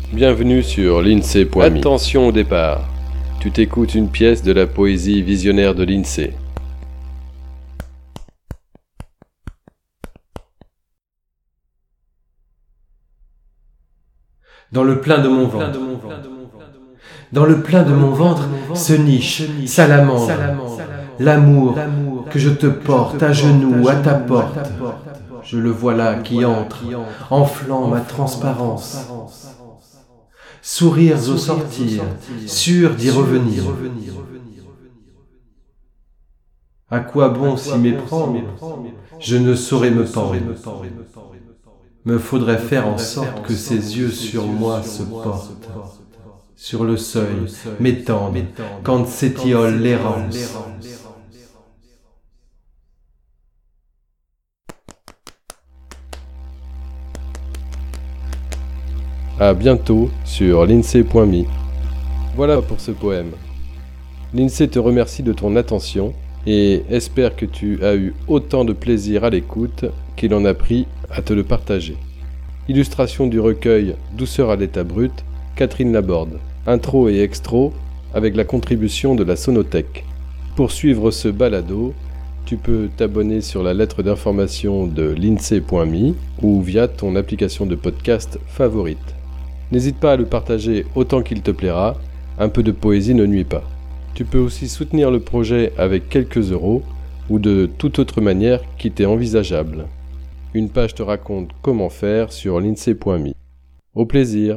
Bienvenue sur l'INSEE.me. Attention au départ. Tu t'écoutes une pièce de la poésie visionnaire de l'INSEE. Dans le plein de mon ventre. Dans le plein de mon ventre se niche, salamandre, l'amour que je te porte à genoux à ta porte. Je le voilà qui entre, enflant ma transparence. Sourires au sortir, sûr d'y revenir. À quoi bon s'y méprendre? Je ne saurais me pendre. Me faudrait faire en sorte que ses yeux sur moi se portent. Sur le seuil, m'étendre, quand s'étiole l'errance. À bientôt sur l'INSEE.me. Voilà pour ce poème. L'INSEE te remercie de ton attention et espère que tu as eu autant de plaisir à l'écoute qu'il en a pris à te le partager. Illustration du recueil Douceur à l'état brut, Catherine Laborde. Intro et extro avec la contribution de la Sonothèque. Pour suivre ce balado, tu peux t'abonner sur la lettre d'information de l'INSEE.me ou via ton application de podcast favorite. N'hésite pas à le partager autant qu'il te plaira, un peu de poésie ne nuit pas. Tu peux aussi soutenir le projet avec quelques euros ou de toute autre manière qui t'est envisageable. Une page te raconte comment faire sur l'INSEE.me. Au plaisir!